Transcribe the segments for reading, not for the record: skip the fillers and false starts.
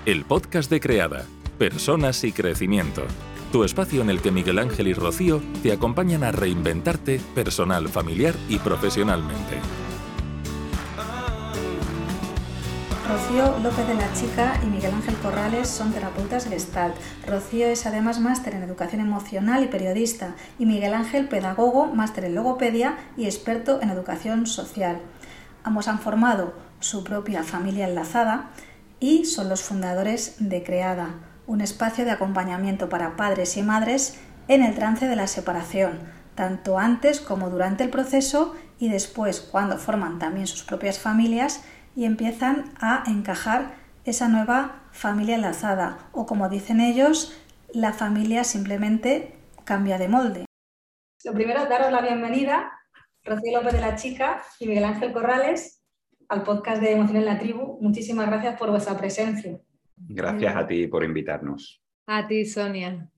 el podcast de Creada, Personas y Crecimiento. Tu espacio en el que Miguel Ángel y Rocío te acompañan a reinventarte personal, familiar y profesionalmente. Rocío López de la Chica y Miguel Ángel Corrales son terapeutas Gestalt. Rocío es además máster en educación emocional y periodista, y Miguel Ángel pedagogo, máster en logopedia y experto en educación social. Ambos han formado su propia familia enlazada y son los fundadores de Creada, un espacio de acompañamiento para padres y madres en el trance de la separación, tanto antes como durante el proceso y después, cuando forman también sus propias familias y empiezan a encajar esa nueva familia enlazada, o como dicen ellos, la familia simplemente cambia de molde. Lo primero, daros la bienvenida, Rocío López de la Chica y Miguel Ángel Corrales, al podcast de Emoción en la Tribu. Muchísimas gracias por vuestra presencia. Gracias a ti por invitarnos. A ti, Sonia.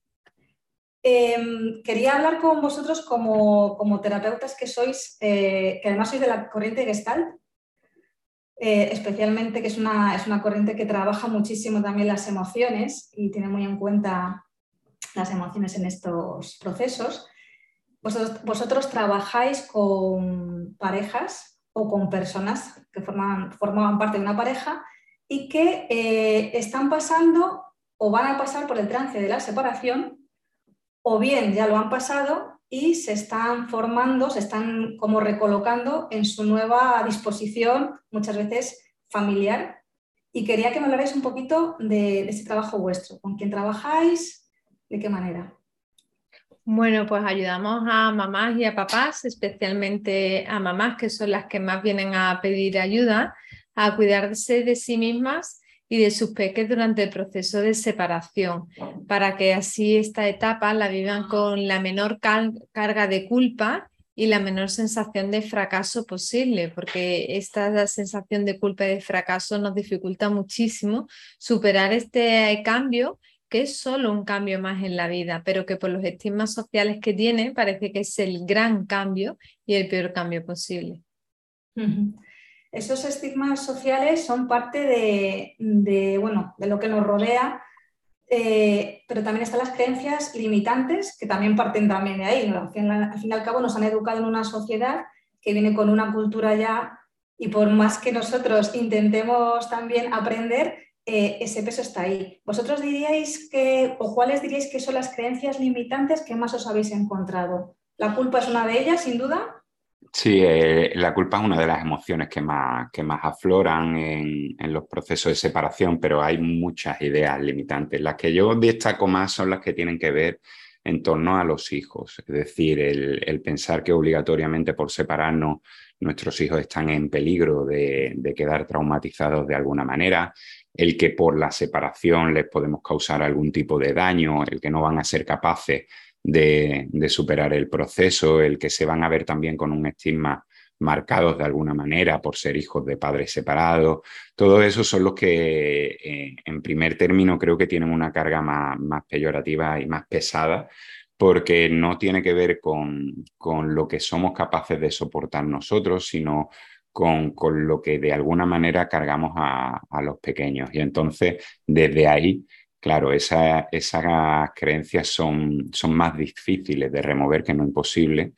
Quería hablar con vosotros como terapeutas que sois, que además sois de la corriente Gestalt, especialmente que es una corriente que trabaja muchísimo también las emociones y tiene muy en cuenta las emociones en estos procesos. Vosotros trabajáis con parejas o con personas que formaban parte de una pareja y que están pasando o van a pasar por el trance de la separación, o bien ya lo han pasado y se están formando, se están como recolocando en su nueva disposición, muchas veces familiar. Y quería que me hablarais un poquito de ese trabajo vuestro. ¿Con quién trabajáis? ¿De qué manera? Bueno, pues ayudamos a mamás y a papás, especialmente a mamás, que son las que más vienen a pedir ayuda, a cuidarse de sí mismas y de sus peques durante el proceso de separación, para que así esta etapa la vivan con la menor carga de culpa y la menor sensación de fracaso posible, porque esta sensación de culpa y de fracaso nos dificulta muchísimo superar este cambio, que es solo un cambio más en la vida, pero que por los estigmas sociales que tiene parece que es el gran cambio y el peor cambio posible. Esos estigmas sociales son parte de lo que nos rodea, pero también están las creencias limitantes, que también parten también de ahí, ¿no? Al fin y al cabo nos han educado en una sociedad que viene con una cultura ya, y por más que nosotros intentemos también aprender, ese peso está ahí. ¿Vosotros diríais o cuáles diríais que son las creencias limitantes que más os habéis encontrado? ¿La culpa es una de ellas, sin duda? Sí, la culpa es una de las emociones que más afloran en los procesos de separación, pero hay muchas ideas limitantes. Las que yo destaco más son las que tienen que ver en torno a los hijos, es decir, el pensar que obligatoriamente por separarnos nuestros hijos están en peligro de quedar traumatizados de alguna manera, el que por la separación les podemos causar algún tipo de daño, el que no van a ser capaces de superar el proceso, el que se van a ver también con un estigma marcados de alguna manera por ser hijos de padres separados. Todo eso son los que en primer término creo que tienen una carga más peyorativa y más pesada, porque no tiene que ver con lo que somos capaces de soportar nosotros, sino con lo que de alguna manera cargamos a los pequeños. Y entonces, desde ahí, claro, esas creencias son más difíciles de remover, que no imposible.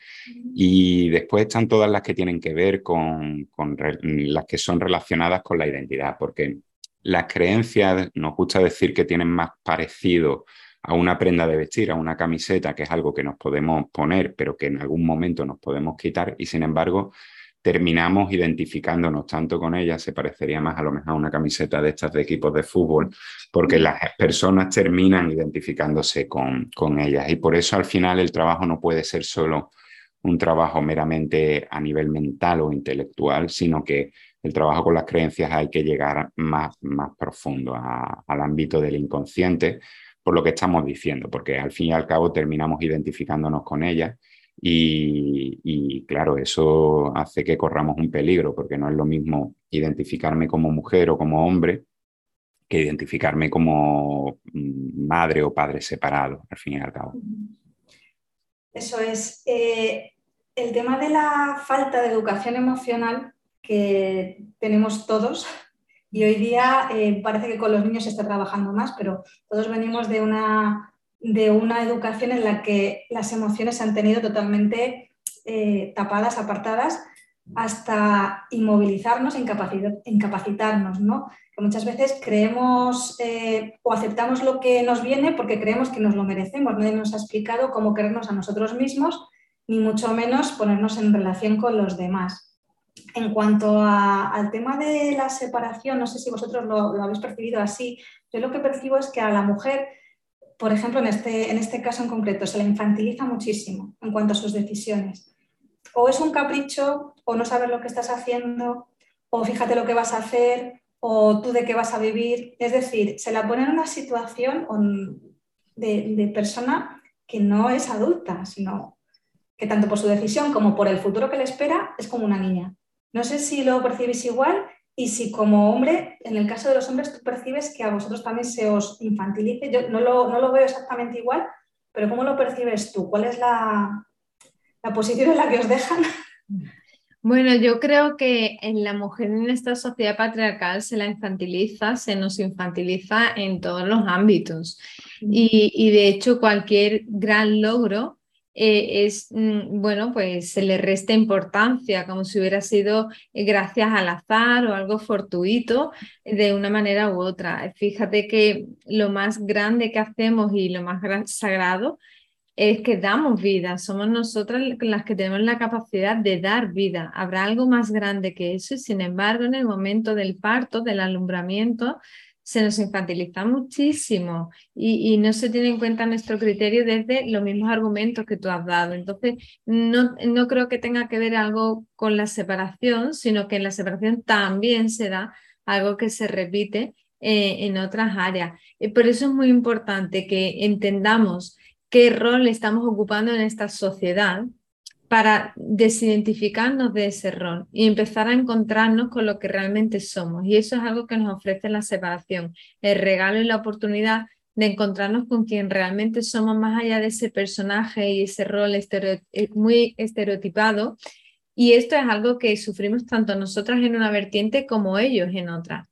Y después están todas las que tienen que ver con las que son relacionadas con la identidad, porque las creencias nos gusta decir que tienen más parecido a una prenda de vestir, a una camiseta, que es algo que nos podemos poner, pero que en algún momento nos podemos quitar, y sin embargo terminamos identificándonos tanto con ellas, se parecería más a lo mejor a una camiseta de estas de equipos de fútbol, porque las personas terminan identificándose con ellas, y por eso al final el trabajo no puede ser solo un trabajo meramente a nivel mental o intelectual, sino que el trabajo con las creencias hay que llegar más profundo al ámbito del inconsciente, por lo que estamos diciendo, porque al fin y al cabo terminamos identificándonos con ellas. Y claro, eso hace que corramos un peligro, porque no es lo mismo identificarme como mujer o como hombre que identificarme como madre o padre separado, al fin y al cabo. Eso es. El tema de la falta de educación emocional que tenemos todos, Y hoy día parece que con los niños se está trabajando más, pero todos venimos de una educación en la que las emociones se han tenido totalmente tapadas, apartadas, hasta inmovilizarnos, incapacitarnos, ¿no? Que muchas veces creemos o aceptamos lo que nos viene porque creemos que nos lo merecemos. Nadie nos ha explicado cómo querernos a nosotros mismos, ni mucho menos ponernos en relación con los demás. En cuanto al tema de la separación, no sé si vosotros lo habéis percibido así, yo lo que percibo es que a la mujer, por ejemplo, en este caso en concreto, se la infantiliza muchísimo en cuanto a sus decisiones. O es un capricho, o no sabes lo que estás haciendo, o fíjate lo que vas a hacer, o tú de qué vas a vivir. Es decir, se la pone en una situación de persona que no es adulta, sino que tanto por su decisión como por el futuro que le espera es como una niña. No sé si lo percibís igual y si como hombre, en el caso de los hombres, tú percibes que a vosotros también se os infantilice. Yo no lo veo exactamente igual, pero ¿cómo lo percibes tú? ¿Cuál es la posición en la que os dejan? Bueno, yo creo que en la mujer en esta sociedad patriarcal se la infantiliza, se nos infantiliza en todos los ámbitos. Y de hecho cualquier gran logro bueno, pues se le resta importancia, como si hubiera sido gracias al azar o algo fortuito de una manera u otra. Fíjate que lo más grande que hacemos y lo más sagrado es que damos vida, somos nosotras las que tenemos la capacidad de dar vida. Habrá algo más grande que eso y sin embargo en el momento del parto, del alumbramiento, se nos infantiliza muchísimo y no se tiene en cuenta nuestro criterio desde los mismos argumentos que tú has dado. Entonces, no creo que tenga que ver algo con la separación, sino que en la separación también se da algo que se repite en otras áreas. Por eso es muy importante que entendamos qué rol estamos ocupando en esta sociedad para desidentificarnos de ese rol y empezar a encontrarnos con lo que realmente somos. Y eso es algo que nos ofrece la separación, el regalo y la oportunidad de encontrarnos con quien realmente somos más allá de ese personaje y ese rol muy estereotipado. Y esto es algo que sufrimos tanto nosotras en una vertiente como ellos en otra.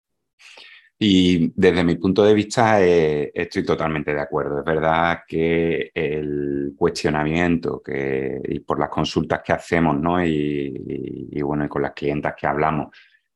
Y desde mi punto de vista estoy totalmente de acuerdo. Es verdad que el cuestionamiento y por las consultas que hacemos, ¿no? y bueno, y con las clientas que hablamos,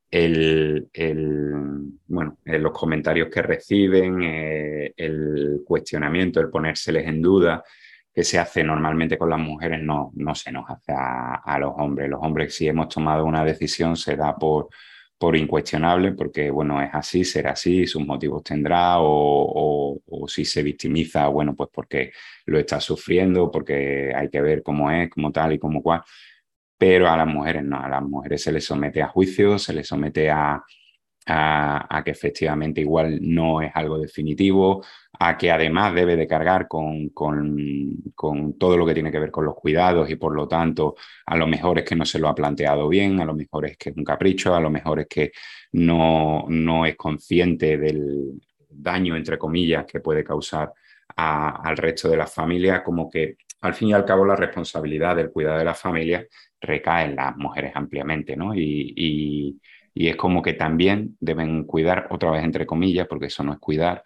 bueno, los comentarios que reciben, el cuestionamiento, el ponérseles en duda, que se hace normalmente con las mujeres, no se nos hace a los hombres. Los hombres, si hemos tomado una decisión, se da por incuestionable, porque bueno, es así, será así, sus motivos tendrá, o si se victimiza, bueno, pues porque lo está sufriendo, porque hay que ver cómo es, cómo tal y cómo cual. Pero a las mujeres no, a las mujeres se les somete a juicio, se les somete a que efectivamente igual no es algo definitivo, a que además debe de cargar con todo lo que tiene que ver con los cuidados y por lo tanto a lo mejor es que no se lo ha planteado bien, a lo mejor es que es un capricho, a lo mejor es que no es consciente del daño, entre comillas, que puede causar al resto de la familia, como que al fin y al cabo la responsabilidad del cuidado de la familia recae en las mujeres ampliamente, ¿no? Y es como que también deben cuidar, otra vez entre comillas, porque eso no es cuidar,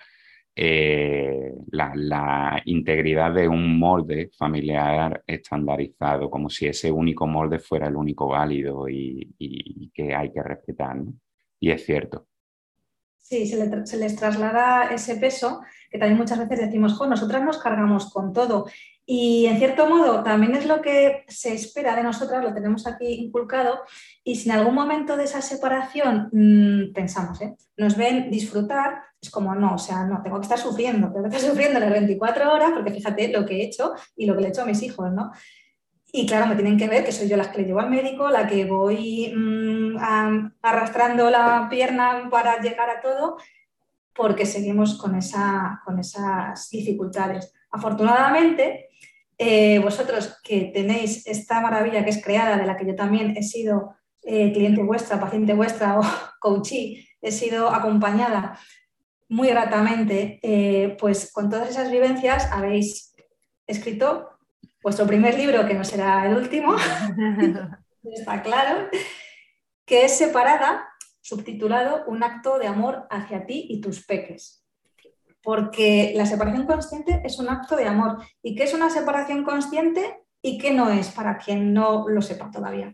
la integridad de un molde familiar estandarizado, como si ese único molde fuera el único válido y que hay que respetar, ¿no? Y es cierto. Sí, se les traslada ese peso que también muchas veces decimos, jo, nosotras nos cargamos con todo. Y en cierto modo también es lo que se espera de nosotras, lo tenemos aquí inculcado, y si en algún momento de esa separación pensamos, nos ven disfrutar, es como no, o sea, no, tengo que estar sufriendo las 24 horas porque fíjate lo que he hecho y lo que le he hecho a mis hijos, ¿no? Y claro, me tienen que ver que soy yo la que le llevo al médico, la que voy arrastrando la pierna para llegar a todo, porque seguimos con esas dificultades. Afortunadamente, vosotros que tenéis esta maravilla que es Creada, de la que yo también he sido cliente vuestra, paciente vuestra o coachee, he sido acompañada muy gratamente, pues con todas esas vivencias habéis escrito vuestro primer libro, que no será el último, está claro, que es Separada, subtitulado Un acto de amor hacia ti y tus peques. Porque la separación consciente es un acto de amor. ¿Y qué es una separación consciente y qué no es, para quien no lo sepa todavía?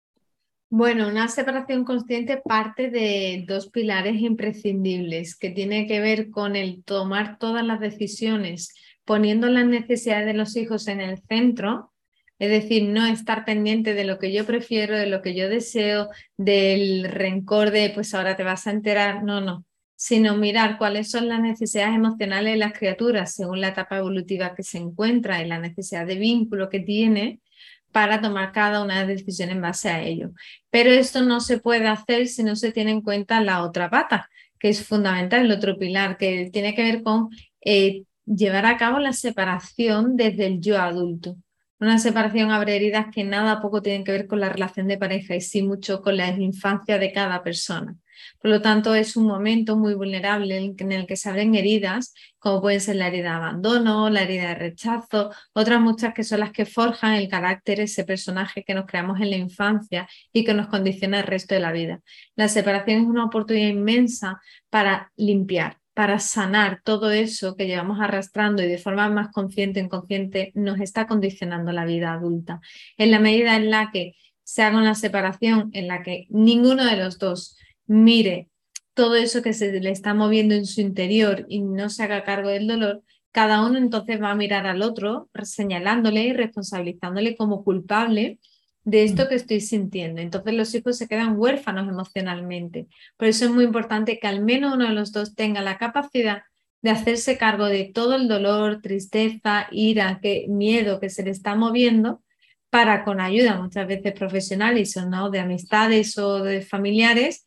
Bueno, una separación consciente parte de dos pilares imprescindibles que tiene que ver con el tomar todas las decisiones poniendo las necesidades de los hijos en el centro, es decir, no estar pendiente de lo que yo prefiero, de lo que yo deseo, del rencor de pues ahora te vas a enterar, no, sino mirar cuáles son las necesidades emocionales de las criaturas según la etapa evolutiva que se encuentra y la necesidad de vínculo que tiene para tomar cada una de las decisiones en base a ello. Pero esto no se puede hacer si no se tiene en cuenta la otra pata, que es fundamental, el otro pilar, que tiene que ver con llevar a cabo la separación desde el yo adulto. Una separación abre heridas que nada poco tienen que ver con la relación de pareja y sí mucho con la infancia de cada persona. Por lo tanto, es un momento muy vulnerable en el que se abren heridas, como pueden ser la herida de abandono, la herida de rechazo, otras muchas que son las que forjan el carácter, ese personaje que nos creamos en la infancia y que nos condiciona el resto de la vida. La separación es una oportunidad inmensa para limpiar, para sanar todo eso que llevamos arrastrando y de forma más consciente o inconsciente nos está condicionando la vida adulta. En la medida en la que se haga una separación en la que ninguno de los dos mire todo eso que se le está moviendo en su interior y no se haga cargo del dolor, cada uno entonces va a mirar al otro señalándole y responsabilizándole como culpable de esto que estoy sintiendo. Entonces los hijos se quedan huérfanos emocionalmente. Por eso es muy importante que al menos uno de los dos tenga la capacidad de hacerse cargo de todo el dolor, tristeza, ira, miedo que se le está moviendo para, con ayuda muchas veces profesionales o no, de amistades o de familiares,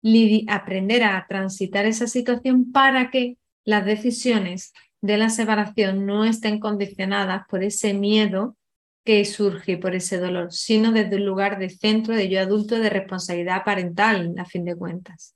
aprender a transitar esa situación para que las decisiones de la separación no estén condicionadas por ese miedo que surge por ese dolor, sino desde un lugar de centro, de yo adulto, de responsabilidad parental, a fin de cuentas.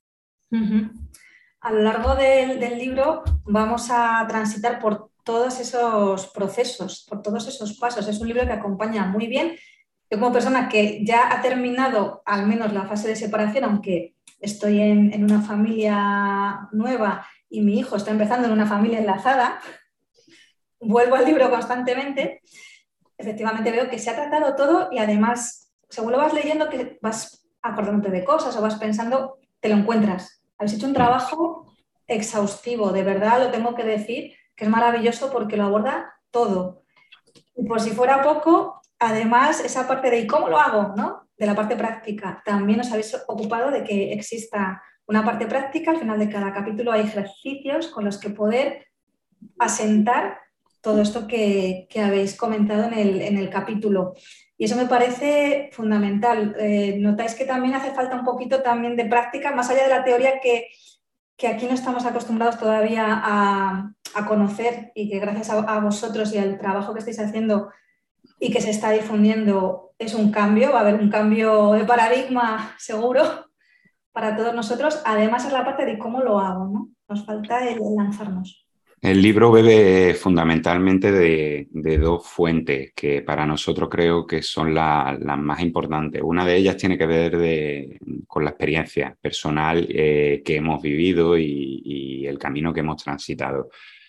A lo largo del libro vamos a transitar por todos esos procesos, por todos esos pasos. Es un libro que acompaña muy bien. Yo como persona que ya ha terminado al menos la fase de separación, aunque estoy en una familia nueva y mi hijo está empezando en una familia enlazada, vuelvo al libro constantemente. Efectivamente veo que se ha tratado todo y además, según lo vas leyendo, que vas acordándote de cosas o vas pensando, te lo encuentras. Habéis hecho un trabajo exhaustivo, de verdad lo tengo que decir, que es maravilloso porque lo aborda todo. Y por si fuera poco, además, esa parte de ¿y cómo lo hago?, ¿no?, de la parte práctica. También os habéis ocupado de que exista una parte práctica. Al final de cada capítulo hay ejercicios con los que poder asentar todo esto que habéis comentado en el capítulo. Y eso me parece fundamental. Notáis que también hace falta un poquito también de práctica, más allá de la teoría que aquí no estamos acostumbrados todavía a conocer y que gracias a vosotros y al trabajo que estáis haciendo y que se está difundiendo es un cambio, va a haber un cambio de paradigma seguro para todos nosotros. Además es la parte de cómo lo hago, ¿no? Nos falta el lanzarnos. El libro bebe fundamentalmente de dos fuentes que para nosotros creo que son las más importantes. Una de ellas tiene que ver con la experiencia personal que hemos vivido y el camino que hemos transitado.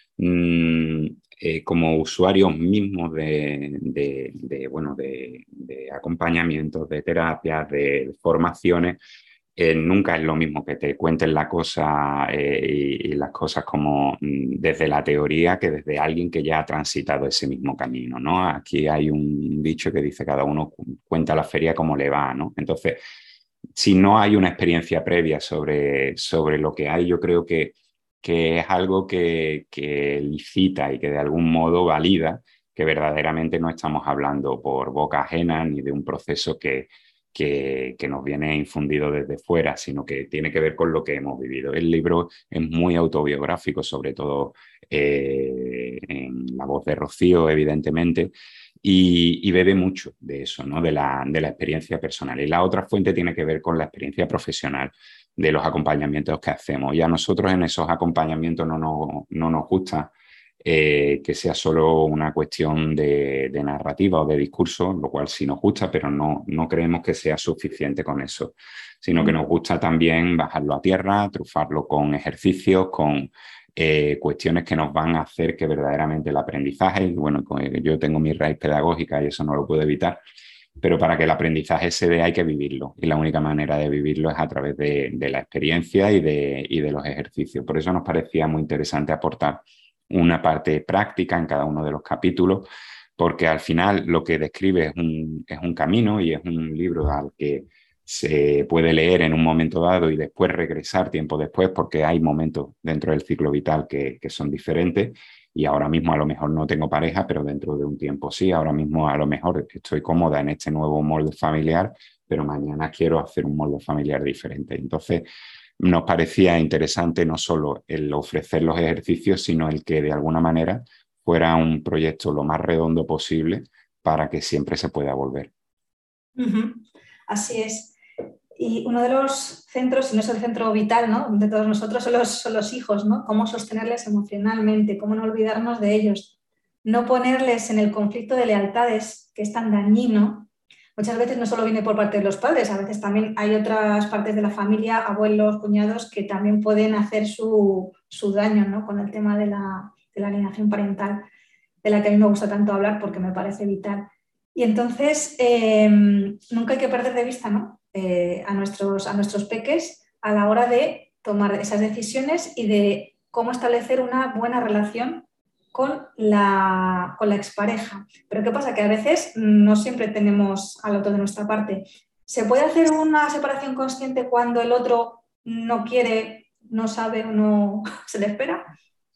Como usuarios mismos de acompañamientos, de terapias, de formaciones, nunca es lo mismo que te cuenten la cosa y las cosas como desde la teoría que desde alguien que ya ha transitado ese mismo camino, ¿no? Aquí hay un dicho que dice cada uno cuenta la feria como le va, ¿no? Entonces, si no hay una experiencia previa sobre lo que hay, yo creo que es algo que licita y que de algún modo valida que verdaderamente no estamos hablando por boca ajena ni de un proceso que nos viene infundido desde fuera, sino que tiene que ver con lo que hemos vivido. El libro es muy autobiográfico, sobre todo en la voz de Rocío, evidentemente, y bebe mucho de eso, ¿no? de la experiencia personal. Y la otra fuente tiene que ver con la experiencia profesional de los acompañamientos que hacemos. Y a nosotros en esos acompañamientos no nos gusta que sea solo una cuestión de narrativa o de discurso, lo cual sí nos gusta, pero no creemos que sea suficiente con eso, sino que nos gusta también bajarlo a tierra, trufarlo con ejercicios, con cuestiones que nos van a hacer que verdaderamente el aprendizaje, y bueno, yo tengo mi raíz pedagógica y eso no lo puedo evitar, pero para que el aprendizaje se dé hay que vivirlo, y la única manera de vivirlo es a través de la experiencia y de los ejercicios. Por eso nos parecía muy interesante aportar una parte práctica en cada uno de los capítulos, porque al final lo que describe es un camino y es un libro al que se puede leer en un momento dado y después regresar tiempo después, porque hay momentos dentro del ciclo vital que son diferentes, y ahora mismo a lo mejor no tengo pareja, pero dentro de un tiempo sí. Ahora mismo a lo mejor estoy cómoda en este nuevo molde familiar, pero mañana quiero hacer un molde familiar diferente. Entonces nos parecía interesante no solo el ofrecer los ejercicios, sino el que de alguna manera fuera un proyecto lo más redondo posible para que siempre se pueda volver. Así es. Y uno de los centros, si no es el centro vital, ¿no?, de todos nosotros, son los hijos, ¿no? Cómo sostenerles emocionalmente, cómo no olvidarnos de ellos, no ponerles en el conflicto de lealtades, que es tan dañino. Muchas veces no solo viene por parte de los padres, a veces también hay otras partes de la familia, abuelos, cuñados, que también pueden hacer su daño, ¿no?, con el tema de la alienación parental, de la que a mí me gusta tanto hablar porque me parece vital. Y entonces nunca hay que perder de vista, ¿no?, a nuestros peques a la hora de tomar esas decisiones y de cómo establecer una buena relación con la expareja. Pero ¿qué pasa? Que a veces no siempre tenemos al otro de nuestra parte. ¿Se puede hacer una separación consciente cuando el otro no quiere, no sabe o no se le espera?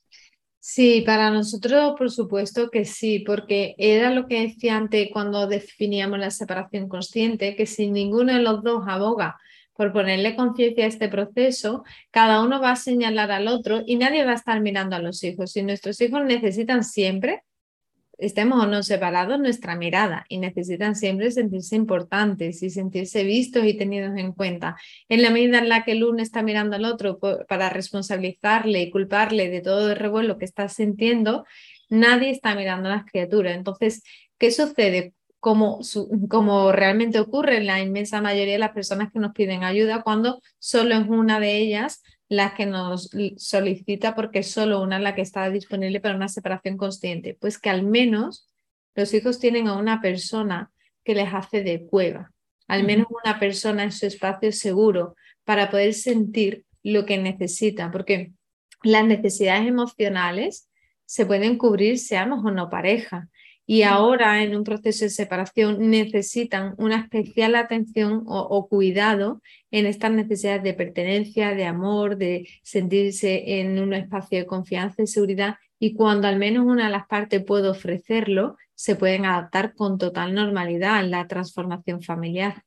Sí, para nosotros por supuesto que sí, porque era lo que decía antes cuando definíamos la separación consciente, que si ninguno de los dos aboga por ponerle conciencia a este proceso, cada uno va a señalar al otro y nadie va a estar mirando a los hijos. Y nuestros hijos necesitan siempre, estemos o no separados, nuestra mirada, y necesitan siempre sentirse importantes y sentirse vistos y tenidos en cuenta. En la medida en la que el uno está mirando al otro para responsabilizarle y culparle de todo el revuelo que está sintiendo, nadie está mirando a las criaturas. Entonces, ¿qué sucede? Como realmente ocurre en la inmensa mayoría de las personas que nos piden ayuda, cuando solo es una de ellas la que nos solicita, porque es solo una la que está disponible para una separación consciente. Pues que al menos los hijos tienen a una persona que les hace de cueva, al menos una persona en su espacio seguro para poder sentir lo que necesitan, porque las necesidades emocionales se pueden cubrir seamos o no pareja. Y ahora en un proceso de separación necesitan una especial atención o cuidado en estas necesidades de pertenencia, de amor, de sentirse en un espacio de confianza y seguridad. Y cuando al menos una de las partes puede ofrecerlo, se pueden adaptar con total normalidad a la transformación familiar.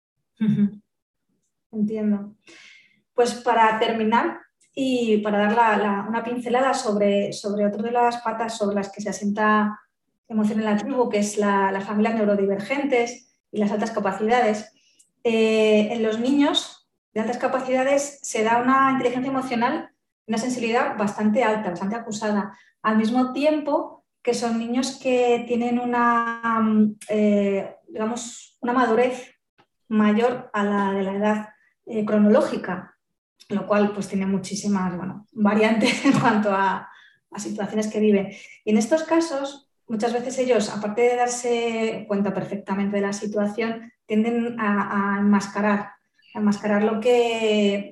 Entiendo. Pues para terminar y para dar una pincelada sobre otra de las patas sobre las que se asienta emoción en la tribu, que es las familias neurodivergentes y las altas capacidades. En los niños de altas capacidades se da una inteligencia emocional, una sensibilidad bastante alta, bastante acusada, al mismo tiempo que son niños que tienen una madurez mayor a la de la edad cronológica, lo cual pues tiene muchísimas variantes en cuanto a situaciones que viven. Y en estos casos, muchas veces ellos, aparte de darse cuenta perfectamente de la situación, tienden a enmascarar lo que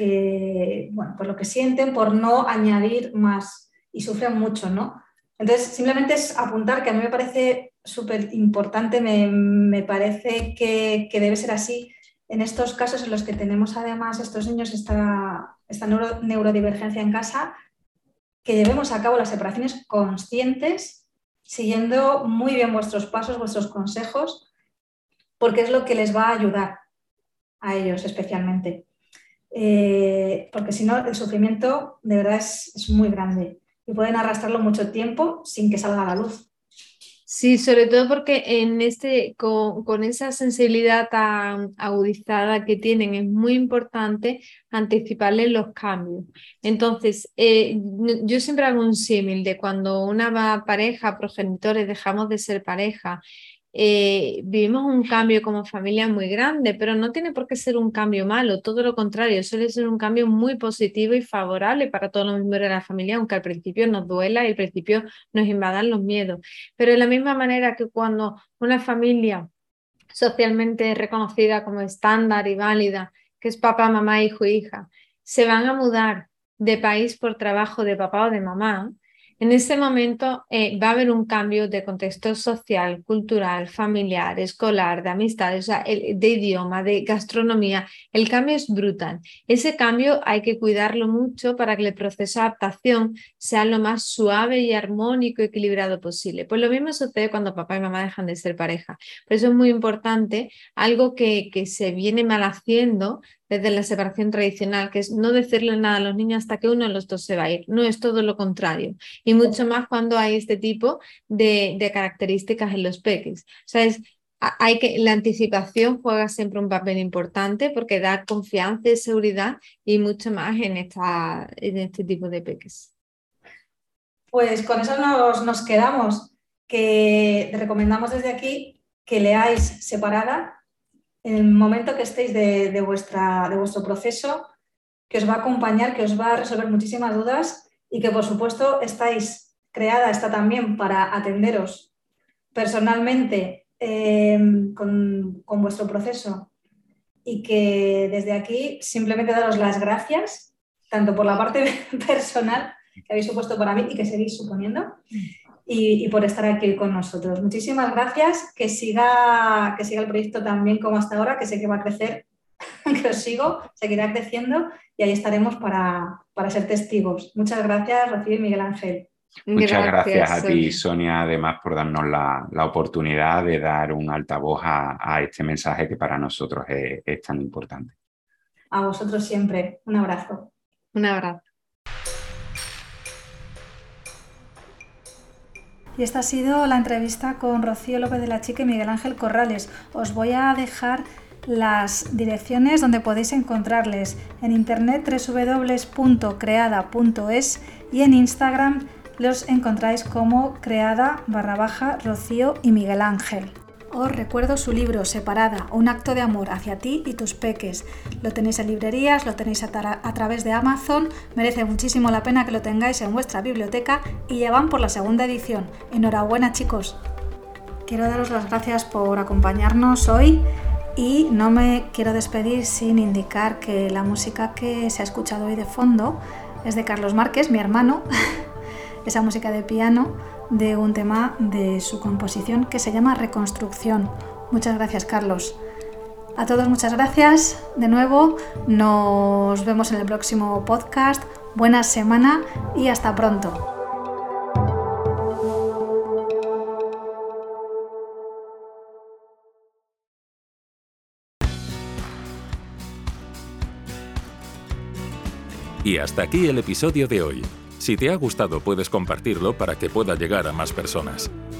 sienten por no añadir más, y sufren mucho, ¿no? Entonces, simplemente es apuntar, que a mí me parece súper importante, me parece que debe ser así en estos casos en los que tenemos además estos niños esta neurodivergencia en casa, que llevemos a cabo las separaciones conscientes, siguiendo muy bien vuestros pasos, vuestros consejos, porque es lo que les va a ayudar a ellos especialmente. Porque si no, el sufrimiento de verdad es muy grande y pueden arrastrarlo mucho tiempo sin que salga a la luz. Sí, sobre todo porque con esa sensibilidad tan agudizada que tienen, es muy importante anticiparles los cambios. Entonces, yo siempre hago un símil de cuando una pareja, progenitores, dejamos de ser pareja. Vivimos un cambio como familia muy grande, pero no tiene por qué ser un cambio malo, todo lo contrario, suele ser un cambio muy positivo y favorable para todos los miembros de la familia, aunque al principio nos duela y al principio nos invadan los miedos. Pero de la misma manera que cuando una familia socialmente reconocida como estándar y válida, que es papá, mamá, hijo, hija, se van a mudar de país por trabajo de papá o de mamá, en ese momento va a haber un cambio de contexto social, cultural, familiar, escolar, de amistades, o sea, de idioma, de gastronomía. El cambio es brutal. Ese cambio hay que cuidarlo mucho para que el proceso de adaptación sea lo más suave y armónico y equilibrado posible. Pues lo mismo sucede cuando papá y mamá dejan de ser pareja. Por eso es muy importante algo que se viene mal haciendo desde la separación tradicional, que es no decirle nada a los niños hasta que uno de los dos se va a ir. No, es todo lo contrario. Y mucho más cuando hay este tipo de características en los peques. O sea, la anticipación juega siempre un papel importante porque da confianza y seguridad y mucho más en este tipo de peques. Pues con eso nos quedamos, que recomendamos desde aquí que leáis Separada en el momento que estéis de vuestro proceso, que os va a acompañar, que os va a resolver muchísimas dudas y que, por supuesto, está también para atenderos personalmente con vuestro proceso, y que desde aquí simplemente daros las gracias, tanto por la parte personal que habéis supuesto para mí y que seguís suponiendo, y por estar aquí con nosotros. Muchísimas gracias, que siga el proyecto también como hasta ahora, que sé que va a crecer, que os sigo, seguirá creciendo y ahí estaremos para ser testigos. Muchas gracias, Rocío y Miguel Ángel. Muchas gracias a ti, Sonia, además por darnos la oportunidad de dar un altavoz a este mensaje que para nosotros es tan importante. A vosotros siempre. Un abrazo. Un abrazo. Y esta ha sido la entrevista con Rocío López de la Chica y Miguel Ángel Corrales. Os voy a dejar las direcciones donde podéis encontrarles en internet, www.creada.es, y en Instagram los encontráis como creada_Rocío y Miguel Ángel. Os recuerdo su libro Separada, un acto de amor hacia ti y tus peques. Lo tenéis en librerías, lo tenéis a través de Amazon, merece muchísimo la pena que lo tengáis en vuestra biblioteca y ya van por la segunda edición. Enhorabuena, chicos. Quiero daros las gracias por acompañarnos hoy y no me quiero despedir sin indicar que la música que se ha escuchado hoy de fondo es de Carlos Márquez, mi hermano, esa música de piano de un tema de su composición que se llama Reconstrucción. Muchas gracias, Carlos. A todos muchas gracias de nuevo, nos vemos en el próximo podcast, buena semana y hasta pronto. Y hasta aquí el episodio de hoy. Si te ha gustado puedes compartirlo para que pueda llegar a más personas.